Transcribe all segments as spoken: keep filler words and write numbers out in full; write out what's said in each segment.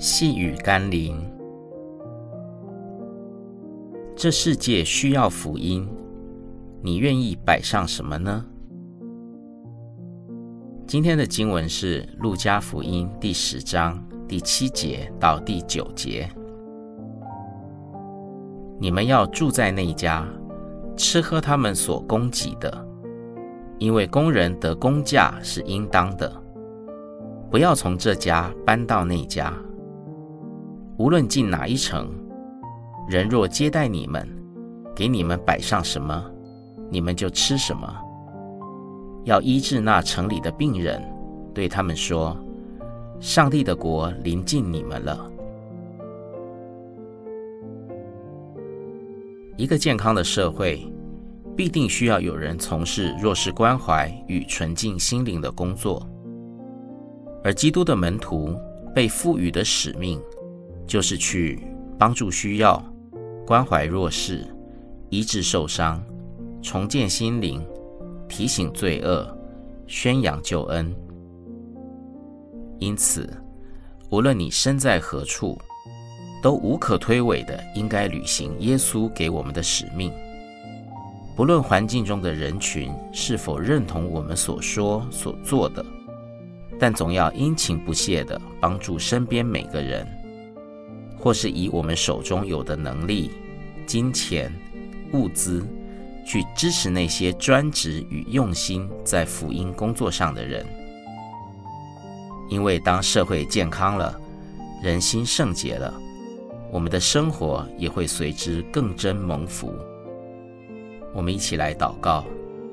细雨甘霖。这世界需要福音，你愿意摆上什么呢？今天的经文是路加福音第十章第七节到第九节。你们要住在那家，吃喝他们所供给的，因为工人得工价是应当的。不要从这家搬到那家。无论进哪一城，人若接待你们，给你们摆上什么，你们就吃什么。要医治那城里的病人，对他们说：上帝的国临近你们了。一个健康的社会，必定需要有人从事弱势关怀与纯净心灵的工作。而基督的门徒被赋予的使命，就是去帮助需要、关怀弱势、医治受伤、重建心灵、提醒罪恶、宣扬救恩。因此，无论你身在何处，都无可推诿的应该履行耶稣给我们的使命。不论环境中的人群是否认同我们所说所做的，但总要殷勤不懈地帮助身边每个人，或是以我们手中有的能力、金钱、物资，去支持那些专职与用心在福音工作上的人。因为当社会健康了，人心圣洁了，我们的生活也会随之更臻蒙福。我们一起来祷告。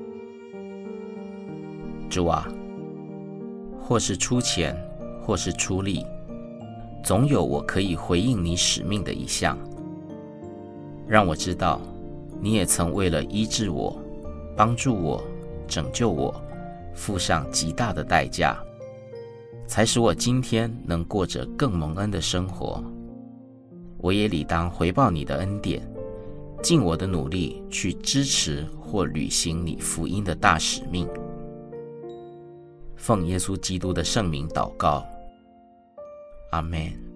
主啊，或是出钱，或是出力，总有我可以回应你使命的一项。让我知道，你也曾为了医治我、帮助我、拯救我，付上极大的代价，才使我今天能过着更蒙恩的生活。我也理当回报你的恩典，尽我的努力去支持或履行你福音的大使命。奉耶稣基督的圣名祷告，阿们。